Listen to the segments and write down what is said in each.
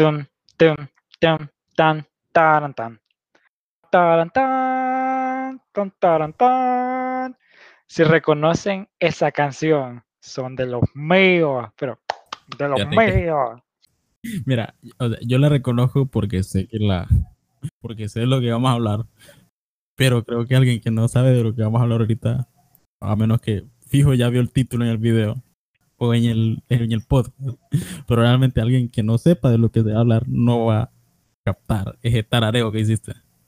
Tum, tum, tum, tan, taran, tan. Taran, taran, tan. Si reconocen esa canción, son de los míos, pero de los Fíjate que, míos. mira, o sea, yo la reconozco porque sé de lo que vamos a hablar, pero creo que alguien que no sabe de lo que vamos a hablar ahorita, a menos que fijo ya vio el título en el video o en el podcast, pero realmente alguien que no sepa de lo que se va a hablar no va a captar ese tarareo que hiciste.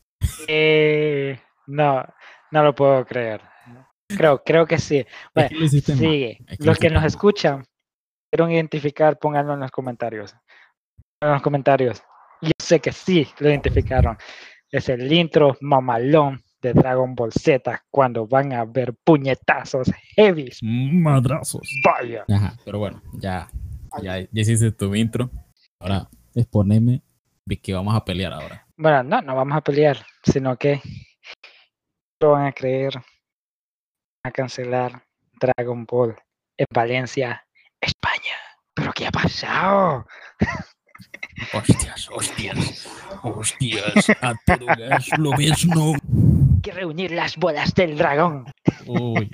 No, no lo puedo creer. Creo que sí. Es Bueno, que lo hiciste mal. sigue. Es que lo Los que hiciste nos mal. escuchan, quieren identificar, pónganlo en los comentarios. En los comentarios. Yo sé que sí lo identificaron. Es el intro mamalón de Dragon Ball Z cuando van a ver puñetazos heavy. Madrazos. Vaya. Ajá, pero bueno, ya hiciste tu intro. Ahora exponeme de que vamos a pelear ahora. Bueno, no vamos a pelear, sino que lo van a creer, van a cancelar Dragon Ball en Valencia, España. ¿Pero qué ha pasado? Hostias, a todo gas, lo ves, no. Hay que reunir las bolas del dragón. Uy,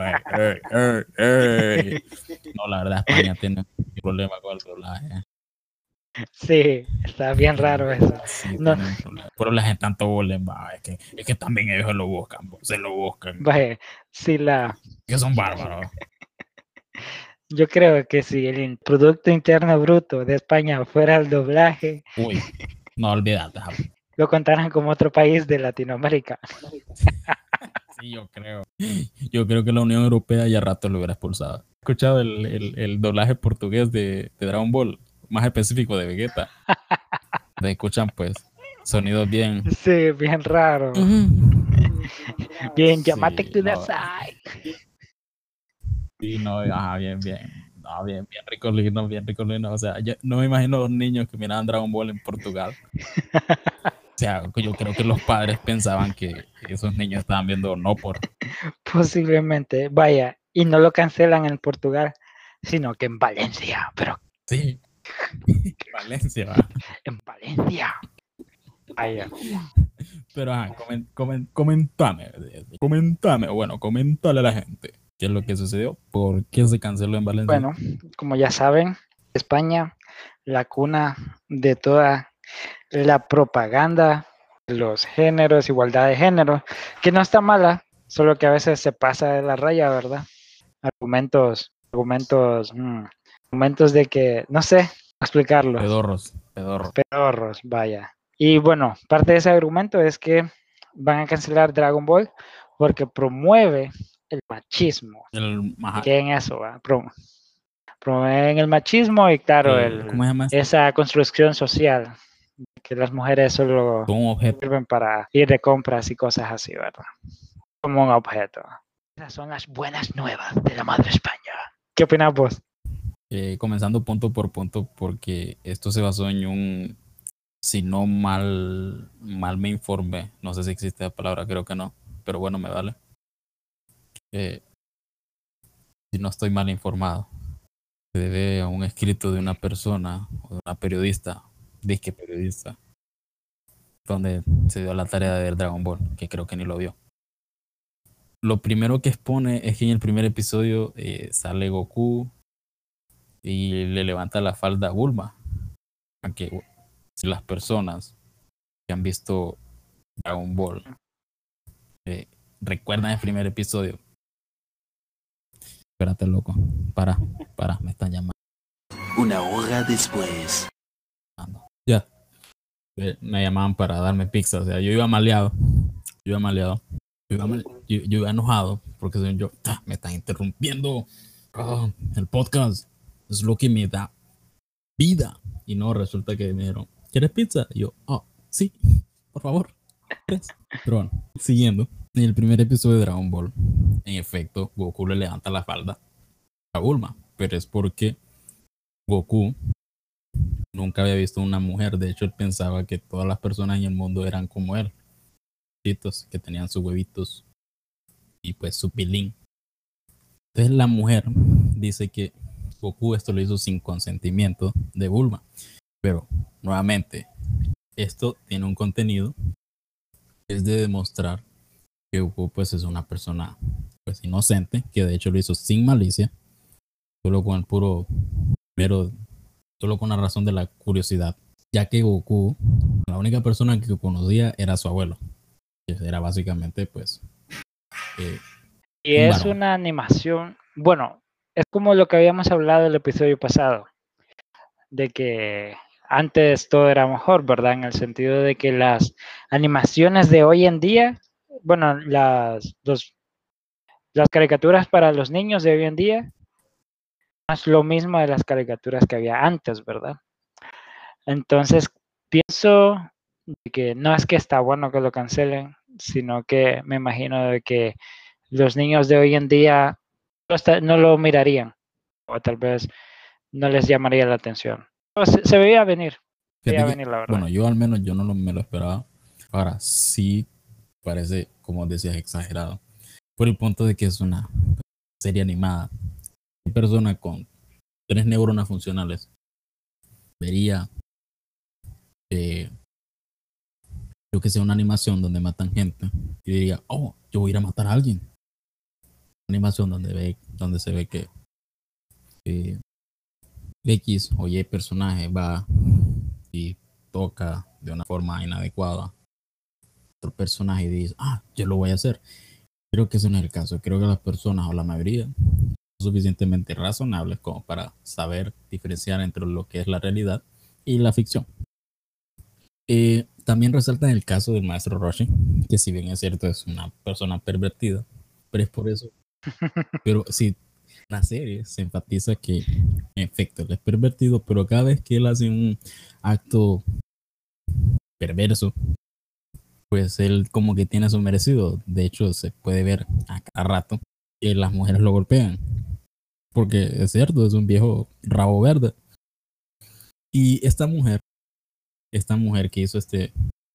No, la verdad, España tiene un problema con el doblaje. Sí, está bien raro eso. Sí, No, tiene un problema. Pero la gente tanto bolen, va, es que también ellos se lo buscan. vaya, sí Que son bárbaros. yo creo que si el Producto Interno Bruto de España fuera el doblaje, Uy, no olvídate. lo contaran como otro país de Latinoamérica. Sí, yo creo. Yo creo que la Unión Europea ya rato lo hubiera expulsado. ¿Has escuchado el doblaje portugués de Dragon Ball? Más específico de Vegeta. Te escuchan pues sonidos bien. Sí, bien raro. Bien, llámate Sí, to the no, side. sí, no, ajá, bien. No, bien ricolino, bien ricolino. O sea, yo no me imagino los niños que miraban Dragon Ball en Portugal. O sea, yo creo que los padres pensaban que esos niños estaban viendo no por. Posiblemente, vaya, y no lo cancelan en Portugal, sino que en Valencia, pero Sí, Valencia, va. en Valencia. Vaya. Pero ajá, comentame, bueno, comentale a la gente qué es lo que sucedió, por qué se canceló en Valencia. Bueno, como ya saben, España, la cuna de toda la propaganda, los géneros, igualdad de género, que no está mala, solo que a veces se pasa de la raya, ¿verdad? Argumentos de que, no sé explicarlo. Pedorros. Pedorros, vaya. Y bueno, parte de ese argumento es que van a cancelar Dragon Ball porque promueve el machismo. ¿Qué en eso? ¿Va? Promueven el machismo y claro, ¿Cómo se llama? esa construcción social, que las mujeres solo Un objeto. sirven para ir de compras y cosas así, ¿verdad? Como un objeto. Esas son las buenas nuevas de la madre España. ¿Qué opinas vos? Comenzando punto por punto, porque esto se basó en un, si no mal me informé, no sé si existe la palabra, creo que no, pero bueno, me vale. Si no estoy mal informado, se debe a un escrito de una persona, o de una periodista, disque periodista, donde se dio la tarea de ver Dragon Ball, que creo que ni lo vio. Lo primero que expone es que en el primer episodio sale Goku y le levanta la falda a Bulma. Aunque si las personas que han visto Dragon Ball recuerdan el primer episodio. Espérate, loco. Para, me están llamando. Una hora después. Ya. Me llamaban para darme pizza. O sea, yo iba maleado. Yo iba enojado porque yo, me están interrumpiendo el podcast. Es lo que me da vida. Y no, resulta que me dijeron, ¿quieres pizza? Y yo, sí, por favor. Pero bueno, siguiendo. En el primer episodio de Dragon Ball, en efecto, Goku le levanta la falda a Bulma. Pero es porque Goku nunca había visto una mujer. De hecho, él pensaba que todas las personas en el mundo eran como él. Que tenían sus huevitos y pues su pilín. Entonces la mujer dice que Goku esto lo hizo sin consentimiento de Bulma, Pero, nuevamente, esto tiene un contenido, es de demostrar que Goku pues es una persona pues inocente, que de hecho lo hizo sin malicia, solo con el puro mero, solo con la razón de la curiosidad, ya que Goku, la única persona que conocía era su abuelo, que era básicamente pues y un es varón. una animación, bueno, es como lo que habíamos hablado el episodio pasado, de que antes todo era mejor, ¿verdad? En el sentido de que las animaciones de hoy en día, bueno, las caricaturas para los niños de hoy en día, no es lo mismo de las caricaturas que había antes, ¿verdad? Entonces, pienso de que no es que está bueno que lo cancelen, sino que me imagino de que los niños de hoy en día no lo mirarían, o tal vez no les llamaría la atención. Se veía venir, Fíjate que, la verdad. bueno, yo al menos yo no me lo esperaba. Ahora sí parece, como decías, exagerado. Por el punto de que es una serie animada. Una persona con 3 neuronas funcionales vería, yo que sé, una animación donde matan gente y diría, oh, yo voy a ir a matar a alguien. Una animación donde se ve que X o Y personaje va y toca de una forma inadecuada otro personaje y dice, ah, yo lo voy a hacer. Creo que ese no es el caso. Creo que las personas o la mayoría son suficientemente razonables como para saber diferenciar entre lo que es la realidad y la ficción. También resalta el caso del maestro Roshi, que si bien es cierto es una persona pervertida, pero es por eso. Pero sí, la serie se enfatiza que en efecto él es pervertido, pero cada vez que él hace un acto perverso, pues él como que tiene su merecido. De hecho, se puede ver a cada rato que las mujeres lo golpean. Porque es cierto, es un viejo rabo verde. Y esta mujer que hizo este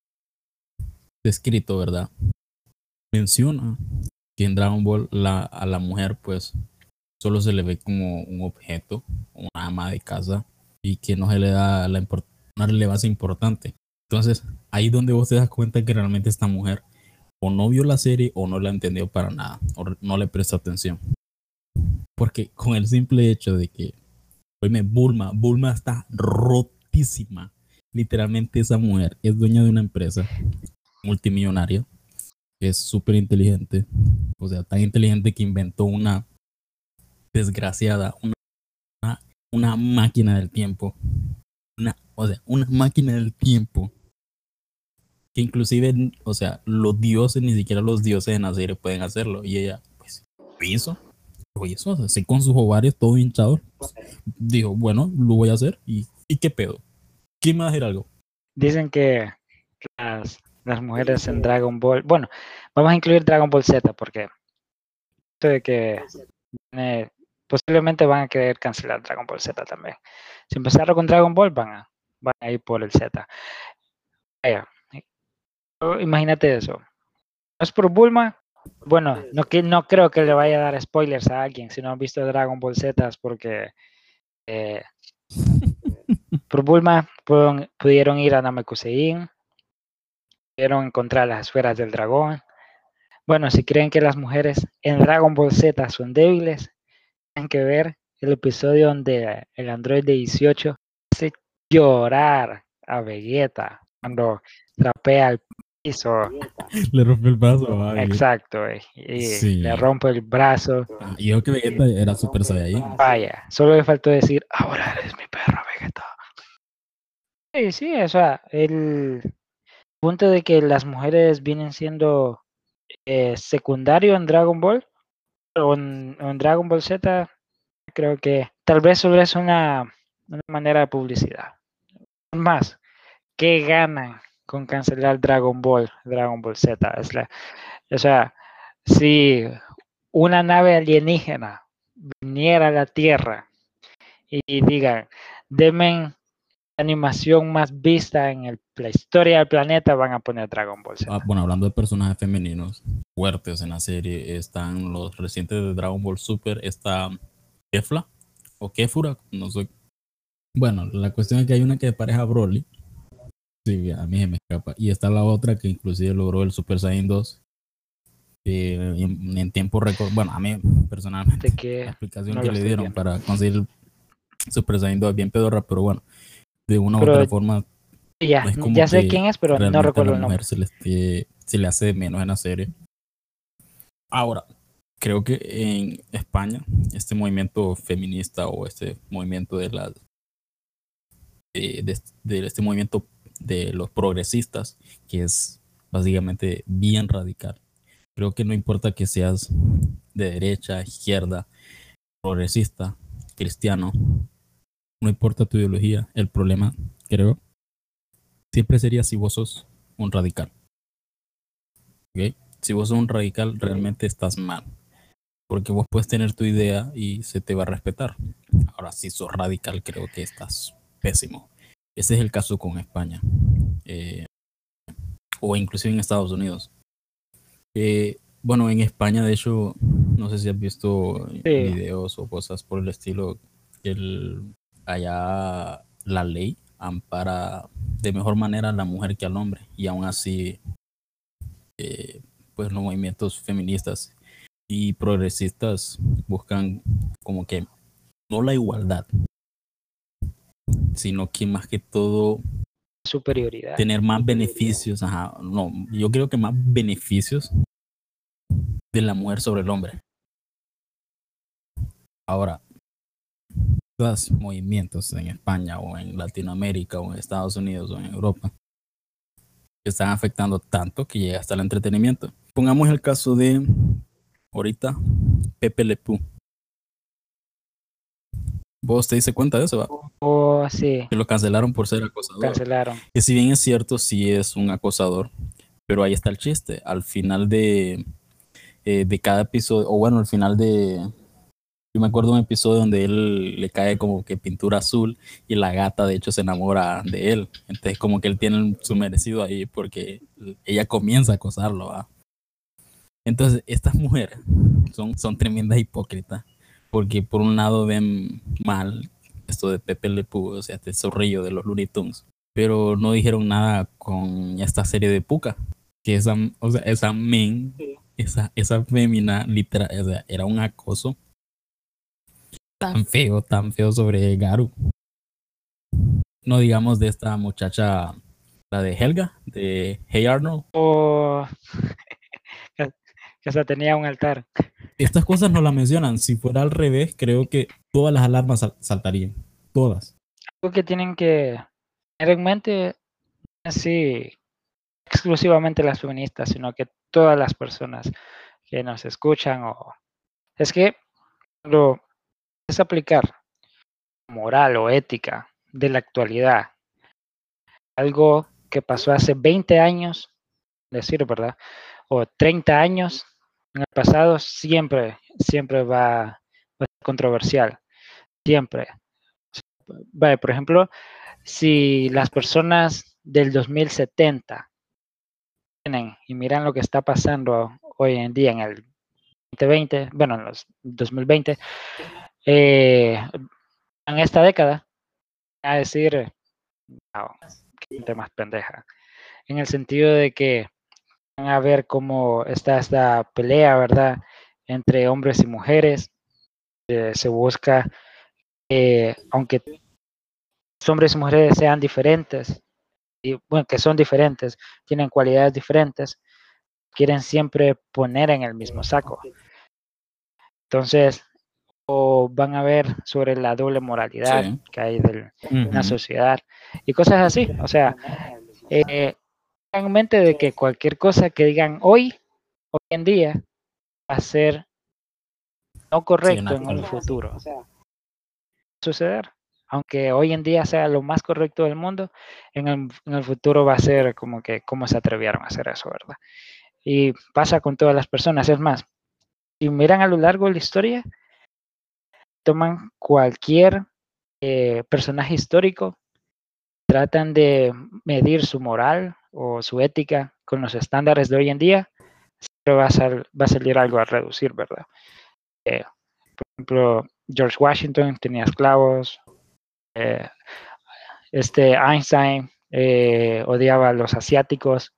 escrito, ¿verdad? Menciona que en Dragon Ball a la mujer pues solo se le ve como un objeto, una ama de casa y que no se le da una relevancia importante. Entonces, ahí es donde vos te das cuenta que realmente esta mujer o no vio la serie o no la entendió para nada, o no le prestó atención. Porque con el simple hecho de que, oíme, Bulma está rotísima. Literalmente esa mujer es dueña de una empresa multimillonaria, es súper inteligente, o sea, tan inteligente que inventó una desgraciada, una máquina del tiempo, una máquina del tiempo que inclusive, o sea, los dioses, ni siquiera los dioses de la serie pueden hacerlo, y ella, pues, lo hizo, así con sus ovarios todo hinchados, pues, dijo, bueno, lo voy a hacer, y qué pedo, ¿quién me va a decir algo? Dicen que las mujeres en Dragon Ball, bueno, vamos a incluir Dragon Ball Z porque esto de que posiblemente van a querer cancelar Dragon Ball Z también. Si empezaron con Dragon Ball, van a ir por el Z. Vaya, imagínate eso. No es por Bulma. Bueno, no creo que le vaya a dar spoilers a alguien si no han visto Dragon Ball Z, porque por Bulma pudieron ir a Namekusein, pudieron encontrar las esferas del dragón. Bueno, si creen que las mujeres en Dragon Ball Z son débiles, tienen que ver el episodio donde el androide 18 hace llorar a Vegeta cuando trapea el piso. Le rompió el brazo. Ay. Exacto, y sí. le rompe el brazo. Y yo que Vegeta era Super Saiyajin. Vaya, solo le faltó decir, ahora eres mi perro, Vegeta. Sí, o sea, el punto de que las mujeres vienen siendo secundario en Dragon Ball o en Dragon Ball Z, creo que tal vez solo es una manera de publicidad. Más, ¿qué ganan con cancelar Dragon Ball Z? O sea, si una nave alienígena viniera a la Tierra y digan, denme animación más vista en la historia del planeta, van a poner Dragon Ball Z. Bueno, hablando de personajes femeninos fuertes en la serie, están los recientes de Dragon Ball Super, está Kefla o Kefura, no sé Bueno, la cuestión es que hay una que es pareja Broly. Sí, a mí se me escapa. Y está la otra que inclusive logró el Super Saiyan 2 en tiempo récord. Bueno, a mí personalmente, De que la explicación no que lo le estoy dieron viendo. para conseguir el Super Saiyan 2 es bien pedorra, pero bueno, de una u Pero otra forma, ya, no es como ya sé que quién es, pero no realmente a la recuerdo el mujer nombre. se le hace menos en la serie. Ahora, creo que en España, este movimiento feminista o este movimiento de este movimiento de los progresistas, que es básicamente bien radical. Creo que no importa que seas de derecha, izquierda, progresista, cristiano, no importa tu ideología, el problema, creo, siempre sería si vos sos un radical. ¿Okay? Si vos sos un radical, realmente estás mal. Porque vos puedes tener tu idea y se te va a respetar. Ahora, si sos radical, creo que estás pésimo. Ese es el caso con España. O inclusive en Estados Unidos. Bueno, en España, de hecho, no sé si has visto Sí, videos o cosas por el estilo. Allá la ley ampara de mejor manera a la mujer que al hombre. Y aún así, pues los movimientos feministas y progresistas buscan como que no la igualdad, sino que más que todo superioridad. tener más beneficios. Ajá, no, yo creo que más beneficios de la mujer sobre el hombre. Ahora, los movimientos en España o en Latinoamérica o en Estados Unidos o en Europa están afectando tanto que llega hasta el entretenimiento. Pongamos el caso de ahorita Pepe Le Pew. ¿Vos te diste cuenta de eso? ¿Va? O sí, Que lo cancelaron por ser acosador. cancelaron. Que si bien es cierto, sí es un acosador, pero ahí está el chiste. Al final de cada episodio, o bueno, al final yo me acuerdo de un episodio donde él le cae como que pintura azul y la gata de hecho se enamora de él. Entonces como que él tiene su merecido ahí porque ella comienza a acosarlo. ¿Va? Entonces estas mujeres son tremendas hipócritas porque por un lado ven mal esto de Pepe Le Pew, o sea, este zorrillo de los Looney Tunes, pero no dijeron nada con esta serie de Pucca, que o sea, esa fémina literal, o sea, era un acoso tan feo sobre Garu. No digamos de esta muchacha, la de Helga, de Hey Arnold. O que hasta tenía un altar. Estas cosas no las mencionan. Si fuera al revés, creo que todas las alarmas saltarían. Todas. Algo que tienen que tener en mente, sí, exclusivamente las feministas, sino que todas las personas que nos escuchan, o es que lo es aplicar moral o ética de la actualidad, algo que pasó hace 20 años, decir, ¿verdad? O 30 años en el pasado, siempre va a ser controversial, siempre. Vale, por ejemplo, si las personas del 2070 tienen y miran lo que está pasando hoy en día en el 2020, bueno, en los 2020, en esta década, a decir, wow, qué gente más pendeja. En el sentido de que van a ver cómo está esta pelea, ¿verdad? Entre hombres y mujeres. Se busca, aunque hombres y mujeres sean diferentes, y bueno, que son diferentes, tienen cualidades diferentes, quieren siempre poner en el mismo saco. Entonces, o van a ver sobre la doble moralidad Sí. que hay de la sociedad y cosas así. O sea, en mente de que cualquier cosa que digan hoy en día, va a ser no Sí, en la correcto en un actualidad. futuro. Suceder. Aunque hoy en día sea lo más correcto del mundo, en el futuro va a ser como que cómo se atrevieron a hacer eso, ¿verdad? Y pasa con todas las personas. Es más, si miran a lo largo de la historia, toman cualquier personaje histórico, tratan de medir su moral o su ética con los estándares de hoy en día, siempre va a salir algo a reducir, ¿verdad? Por ejemplo, George Washington tenía esclavos, Eh, Einstein odiaba a los asiáticos.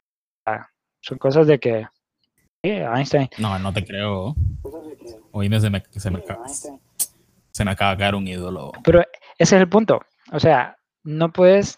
Son cosas de que Einstein. No, no te creo. Oíme, se me acaba de caer un ídolo. Pero ese es el punto. O sea, no puedes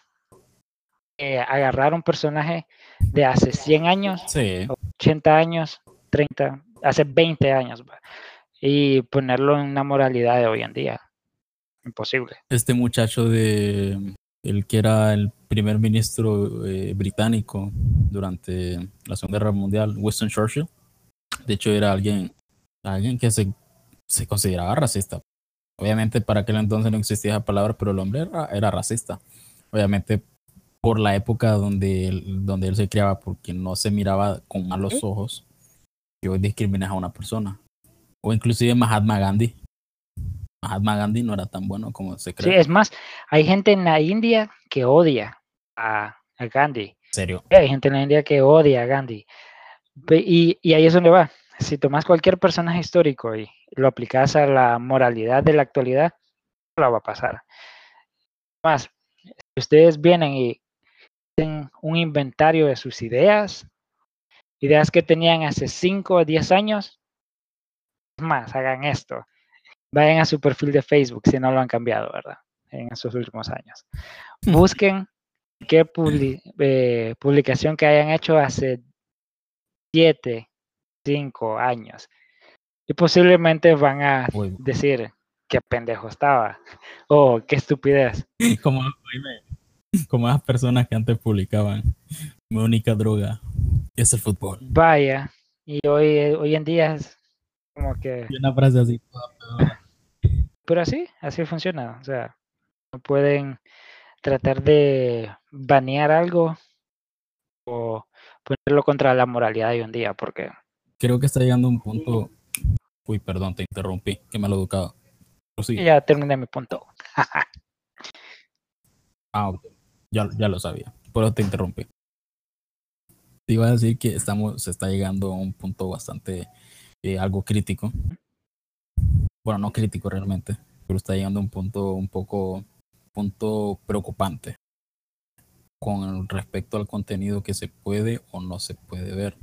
agarrar un personaje de hace 100 años, Sí. 80 años, 30, hace 20 años, y ponerlo en una moralidad de hoy en día. Imposible. Este muchacho el que era el primer ministro británico durante la Segunda Guerra Mundial, Winston Churchill, de hecho era alguien que se consideraba racista. Obviamente para aquel entonces no existía esa palabra, pero el hombre era racista. Obviamente por la época donde él se criaba, porque no se miraba con malos ojos que hoy discriminas a una persona. O inclusive Mahatma Gandhi. Mahatma Gandhi no era tan bueno como se cree. Sí, es más, hay gente en la India que odia a Gandhi. ¿En serio? Hay gente en la India que odia a Gandhi. Y ahí es donde va. Si tomas cualquier personaje histórico y lo aplicas a la moralidad de la actualidad, no la va a pasar. Más, si ustedes vienen y hacen un inventario de sus ideas que tenían hace 5 o 10 años, más, hagan esto. Vayan a su perfil de Facebook si no lo han cambiado, ¿verdad? En esos últimos años. Busquen qué publicación que hayan hecho hace 7, 5 años. Y posiblemente van a decir qué pendejo estaba o qué estupidez. Como esas personas que antes publicaban, mi única droga es el fútbol. Vaya, y hoy en día es como que... Y una frase así toda pedora. Pero así funciona. O sea, no pueden tratar de banear algo o ponerlo contra la moralidad de hoy en día, porque... Creo que está llegando un punto... Uy, perdón, te interrumpí, qué mal educado. Sí. Ya terminé mi punto. Ok. Ya lo sabía, pero te interrumpí. Te iba a decir que se está llegando a un punto bastante, algo crítico. Bueno, no crítico realmente, pero está llegando a un punto preocupante con respecto al contenido que se puede o no se puede ver.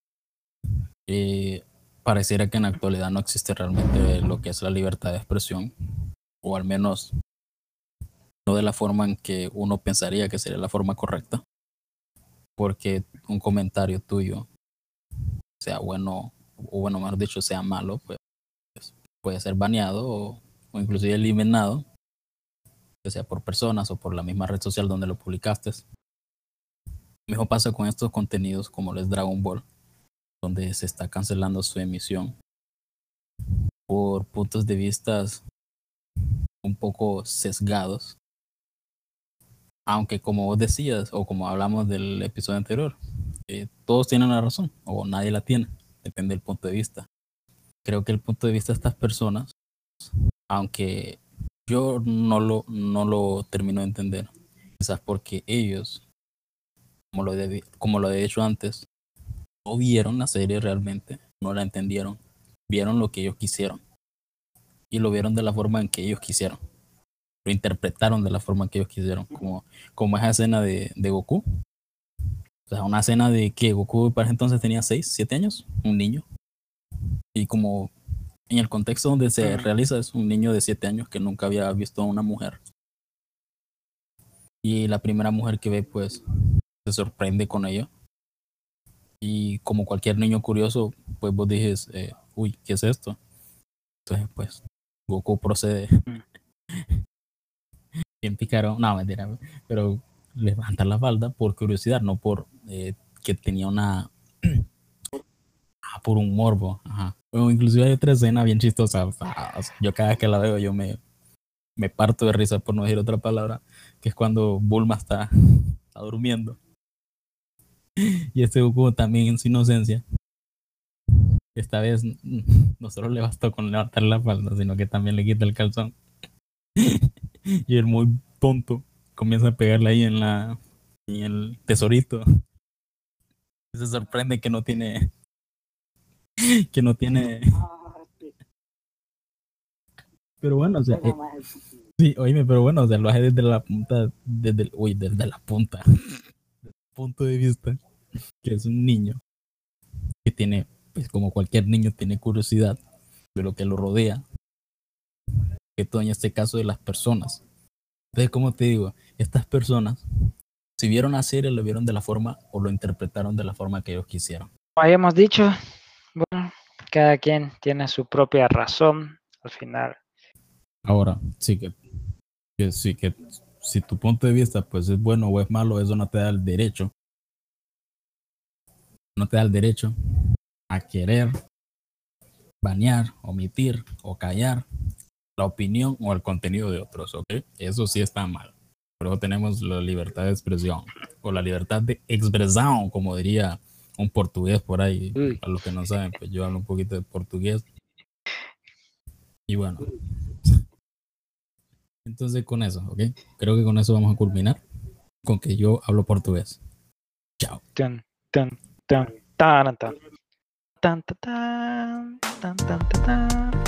Pareciera que en la actualidad no existe realmente lo que es la libertad de expresión, o al menos no de la forma en que uno pensaría que sería la forma correcta, porque un comentario tuyo, sea bueno, o bueno, mejor dicho, sea malo, pues puede ser baneado o inclusive eliminado, ya sea por personas o por la misma red social donde lo publicaste. Lo mismo pasa con estos contenidos como lo es Dragon Ball, donde se está cancelando su emisión por puntos de vista un poco sesgados. Aunque como vos decías, o como hablamos del episodio anterior, todos tienen la razón, o nadie la tiene, depende del punto de vista. Creo que el punto de vista de estas personas, aunque yo no lo termino de entender, quizás porque ellos, como lo he dicho antes, no vieron la serie realmente, no la entendieron, vieron lo que ellos quisieron y lo vieron de la forma en que ellos quisieron, lo interpretaron de la forma en que ellos quisieron, como esa escena de Goku. O sea, una escena de que Goku para entonces tenía 6, 7 años, un niño. Y como en el contexto donde se realiza es un niño de 7 años que nunca había visto a una mujer. Y la primera mujer que ve pues se sorprende con ella. Y como cualquier niño curioso, pues vos dices, uy, ¿qué es esto? Entonces pues Goku procede bien pícaro, no mentira, pero levantar la falda por curiosidad, no por que tenía una... por un morbo, ajá. O inclusive hay otra escena bien chistosa. Yo cada vez que la veo, yo me parto de risa, por no decir otra palabra, que es cuando Bulma está durmiendo. Y este Goku también en su inocencia. Esta vez no solo le bastó con levantar la falda, sino que también le quita el calzón. Y el muy tonto comienza a pegarle ahí en el tesorito. Y se sorprende que no tiene pero bueno, o sea, Sí, oíme, pero bueno, o sea, lo hace desde la punta, desde la punta, punto de vista, que es un niño que tiene, pues como cualquier niño, tiene curiosidad de lo que lo rodea, que todo en este caso de las personas. Entonces, como te digo, estas personas, si vieron la serie, lo vieron de la forma o lo interpretaron de la forma que ellos quisieron. Como habíamos dicho, bueno, cada quien tiene su propia razón al final. Ahora, sí que si tu punto de vista pues es bueno o es malo, eso no te da el derecho, a querer banear, omitir o callar la opinión o el contenido de otros, ¿ok? Eso sí está mal. Pero tenemos la libertad de expresión o la libertad de expresión, como diría un portugués por ahí. Para los que no saben, pues yo hablo un poquito de portugués. Y bueno, entonces con eso, ¿ok? Creo que con eso vamos a culminar, con que yo hablo portugués. Chao. Tan, tan, tan, tan, tan, tan, tan, tan, tan, tan, tan.